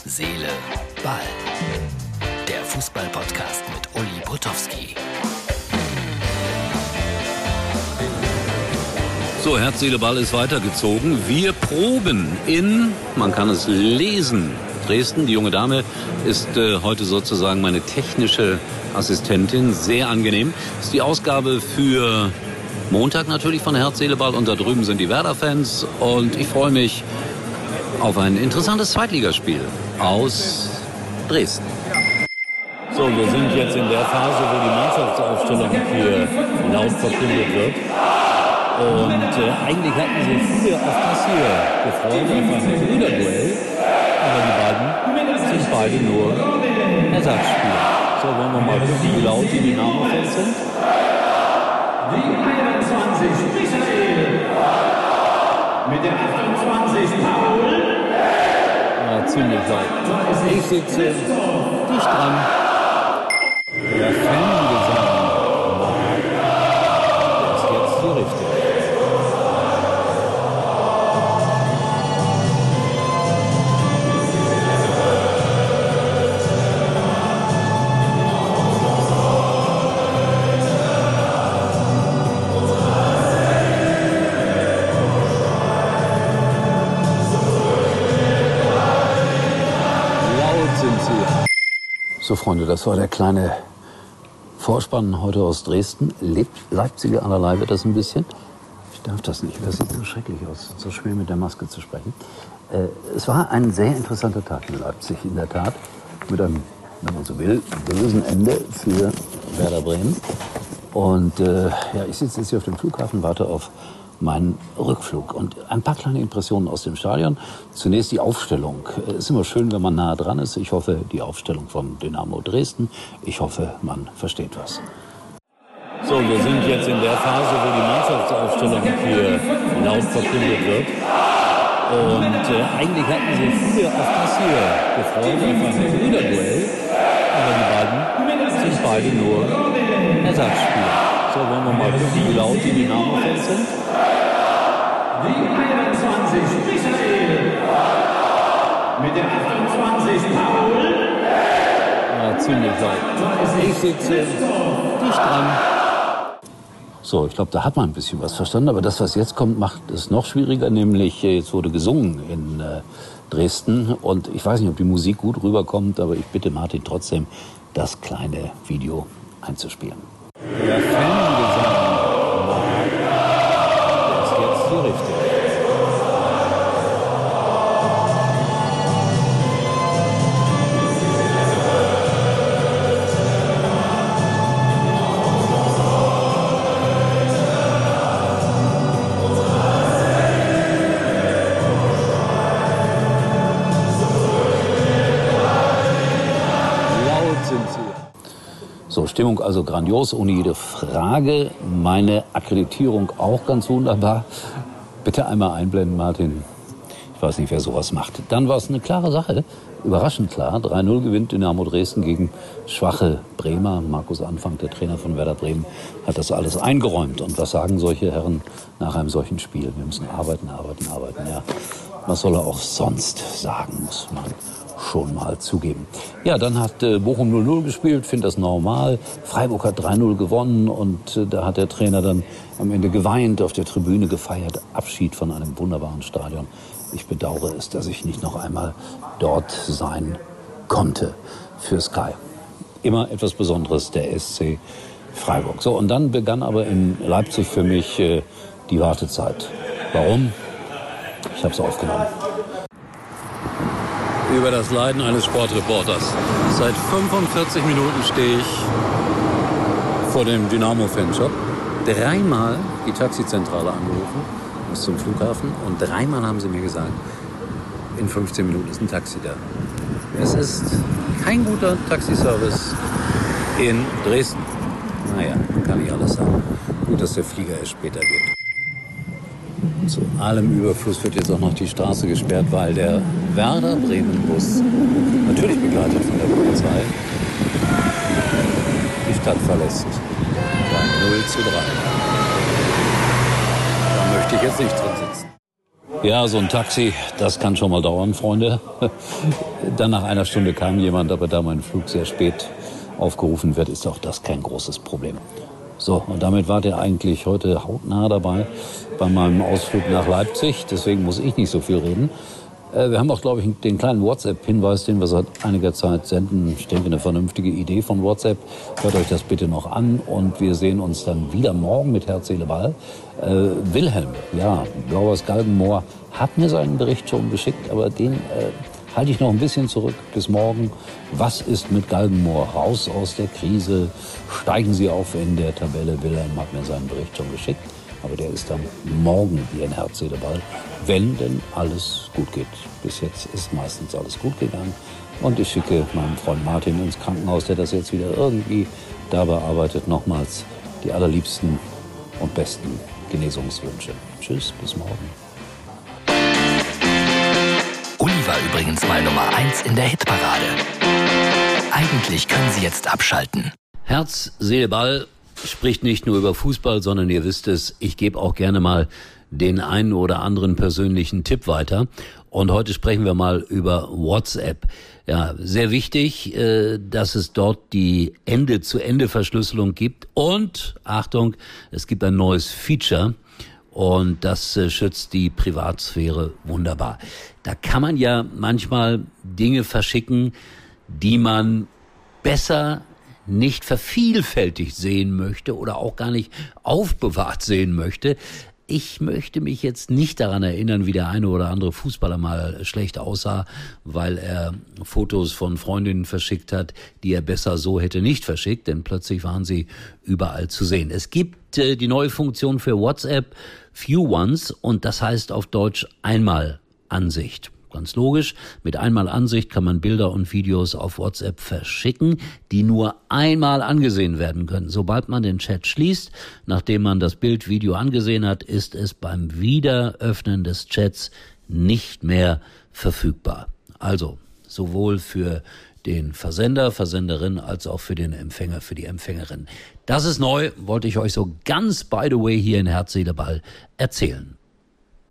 Seele, Ball. Der Fußball-Podcast mit Uli Potowski. So, Herz, Seele, Ball ist weitergezogen. Wir proben in, man kann es lesen, Dresden. Die junge Dame ist heute sozusagen meine technische Assistentin. Sehr angenehm. Das ist die Ausgabe für Montag natürlich von Herz, Seele, Ball. Und da drüben sind die Werder-Fans. Und ich freue mich auf ein interessantes Zweitligaspiel aus Dresden. So, wir sind jetzt in der Phase, wo die Mannschaftsaufstellung hier laut verkündet wird. Und eigentlich hatten sich viele auf das hier gefreut, auf ein Brüderduell. Aber die beiden sind beide nur Ersatzspieler. So, wollen wir mal gucken, wie laut die Dynamo-Fans sind. Die 21 Michael. Mit der 28 Paul. Ja, ziemlich laut. Ich sitze dicht dran. Der Fangesang. Der ist jetzt die richtige. So, Freunde, das war der kleine Vorspann heute aus Dresden. Lebt Leipziger an der Leih, wird das ein bisschen? Ich darf das nicht, das sieht so schrecklich aus, so schwer mit der Maske zu sprechen. Es war ein sehr interessanter Tag in Leipzig, in der Tat, mit einem, wenn man so will, bösen Ende für Werder Bremen. Und ich sitze jetzt hier auf dem Flughafen, warte auf meinen Rückflug. Und ein paar kleine Impressionen aus dem Stadion. Zunächst die Aufstellung. Es ist immer schön, wenn man nah dran ist. Ich hoffe, die Aufstellung von Dynamo Dresden. Ich hoffe, man versteht was. So, wir sind jetzt in der Phase, wo die Mannschaftsaufstellung hier laut verkündet wird. Und eigentlich hatten sich viele auf das hier gefreut, auf ein Brüderduell. Aber die beiden sind beide nur Ersatzspieler. So, wollen wir mal gucken, wie laut die Dynamo-Fans sind. Die 21 Michael. Mit der 28 Paul. Ja, ziemlich laut. Ich sitze dicht dran. So, ich glaube, da hat man ein bisschen was verstanden. Aber das, was jetzt kommt, macht es noch schwieriger. Nämlich, jetzt wurde gesungen in Dresden. Und ich weiß nicht, ob die Musik gut rüberkommt. Aber ich bitte Martin trotzdem, das kleine Video einzuspielen. Der Fangesang. Der ist jetzt die richtige. So, Stimmung also grandios, ohne jede Frage. Meine Akkreditierung auch ganz wunderbar. Bitte einmal einblenden, Martin. Ich weiß nicht, wer sowas macht. Dann war es eine klare Sache, überraschend klar. 3-0 gewinnt Dynamo Dresden gegen schwache Bremer. Markus Anfang, der Trainer von Werder Bremen, hat das alles eingeräumt. Und was sagen solche Herren nach einem solchen Spiel? Wir müssen arbeiten. Ja, was soll er auch sonst sagen, muss man schon mal zugeben. Ja, dann hat Bochum 0-0 gespielt, finde das normal. Freiburg hat 3-0 gewonnen und da hat der Trainer dann am Ende geweint, auf der Tribüne gefeiert. Abschied von einem wunderbaren Stadion. Ich bedauere es, dass ich nicht noch einmal dort sein konnte für Sky. Immer etwas Besonderes, der SC Freiburg. So, und dann begann aber in Leipzig für mich die Wartezeit. Warum? Ich habe es aufgenommen. Über das Leiden eines Sportreporters. Seit 45 Minuten stehe ich vor dem Dynamo-Fanshop. Dreimal die Taxizentrale angerufen, bis zum Flughafen. Und dreimal haben sie mir gesagt, in 15 Minuten ist ein Taxi da. Es ist kein guter Taxiservice in Dresden. Naja, kann ich alles sagen. Gut, dass der Flieger erst später geht. Zu allem Überfluss wird jetzt auch noch die Straße gesperrt, weil der Werder Bremen-Bus, natürlich begleitet von der Polizei, die Stadt verlässt. Bei 0-3. Da möchte ich jetzt nicht drin sitzen. Ja, so ein Taxi, das kann schon mal dauern, Freunde. Dann nach einer Stunde kam jemand, aber da mein Flug sehr spät aufgerufen wird, ist auch das kein großes Problem. So, und damit wart ihr eigentlich heute hautnah dabei bei meinem Ausflug nach Leipzig. Deswegen muss ich nicht so viel reden. Wir haben auch, glaube ich, den kleinen WhatsApp-Hinweis, den wir seit einiger Zeit senden. Ich denke, eine vernünftige Idee von WhatsApp. Hört euch das bitte noch an und wir sehen uns dann wieder morgen mit Herz, Seele, Ball. Wilhelm, ja, Blauers Galgenmoor, hat mir seinen Bericht schon geschickt, aber den halte ich noch ein bisschen zurück bis morgen. Was ist mit Galgenmoor? Raus aus der Krise. Steigen Sie auf in der Tabelle. Wilhelm hat mir seinen Bericht schon geschickt. Aber der ist dann morgen hier in Herz, Seele, Ball, wenn denn alles gut geht. Bis jetzt ist meistens alles gut gegangen. Und ich schicke meinem Freund Martin ins Krankenhaus, der das jetzt wieder irgendwie da bearbeitet. Nochmals die allerliebsten und besten Genesungswünsche. Tschüss, bis morgen. Uli war übrigens mal Nummer 1 in der Hitparade. Eigentlich können Sie jetzt abschalten. Herz, Seele, Ball spricht nicht nur über Fußball, sondern ihr wisst es, ich gebe auch gerne mal den einen oder anderen persönlichen Tipp weiter. Und heute sprechen wir mal über WhatsApp. Ja, sehr wichtig, dass es dort die Ende-zu-Ende-Verschlüsselung gibt. Und, Achtung, es gibt ein neues Feature. Und das schützt die Privatsphäre wunderbar. Da kann man ja manchmal Dinge verschicken, die man besser nicht vervielfältigt sehen möchte oder auch gar nicht aufbewahrt sehen möchte. Ich möchte mich jetzt nicht daran erinnern, wie der eine oder andere Fußballer mal schlecht aussah, weil er Fotos von Freundinnen verschickt hat, die er besser so hätte nicht verschickt, denn plötzlich waren sie überall zu sehen. Es gibt die neue Funktion für WhatsApp, Few Ones, und das heißt auf Deutsch Einmalansicht. Ganz logisch, mit Einmalansicht kann man Bilder und Videos auf WhatsApp verschicken, die nur einmal angesehen werden können. Sobald man den Chat schließt, nachdem man das Bild, Video angesehen hat, ist es beim Wiederöffnen des Chats nicht mehr verfügbar. Also sowohl für den Versender, Versenderin, als auch für den Empfänger, für die Empfängerin. Das ist neu, wollte ich euch so ganz by the way hier in Herz, Seele, Ball erzählen.